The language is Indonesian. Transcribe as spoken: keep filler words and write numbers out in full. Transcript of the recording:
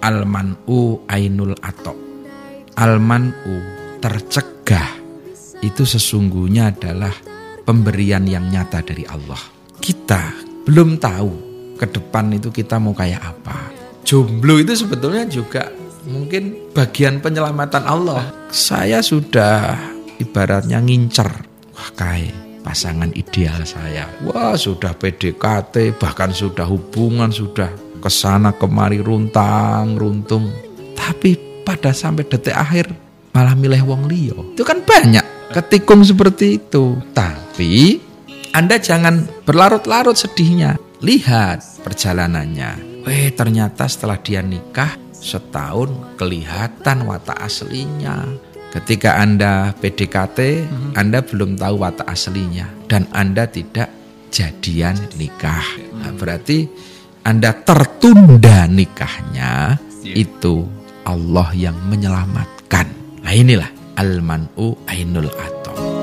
Al-man'u ainul ato. Al-man'u, tercegah, itu sesungguhnya adalah pemberian yang nyata dari Allah. Kita belum tahu ke depan itu kita mau kayak apa. Jomblo itu sebetulnya juga mungkin bagian penyelamatan Allah. Saya sudah ibaratnya ngincer, wah kayak pasangan ideal saya. Wah sudah P D K T, bahkan sudah hubungan, sudah kesana kemari runtang runtung. Tapi pada sampai detik akhir malah milih wong liya. Itu kan banyak ketikung seperti itu. Tapi Anda jangan berlarut-larut sedihnya. Lihat perjalanannya. Weh ternyata setelah dia nikah setahun kelihatan watak aslinya. Ketika Anda P D K T, hmm. Anda belum tahu watak aslinya. Dan Anda tidak jadian nikah. Nah, berarti Anda tertunda nikahnya, yeah. Itu Allah yang menyelamatkan. Nah inilah al-man'u ainul ato.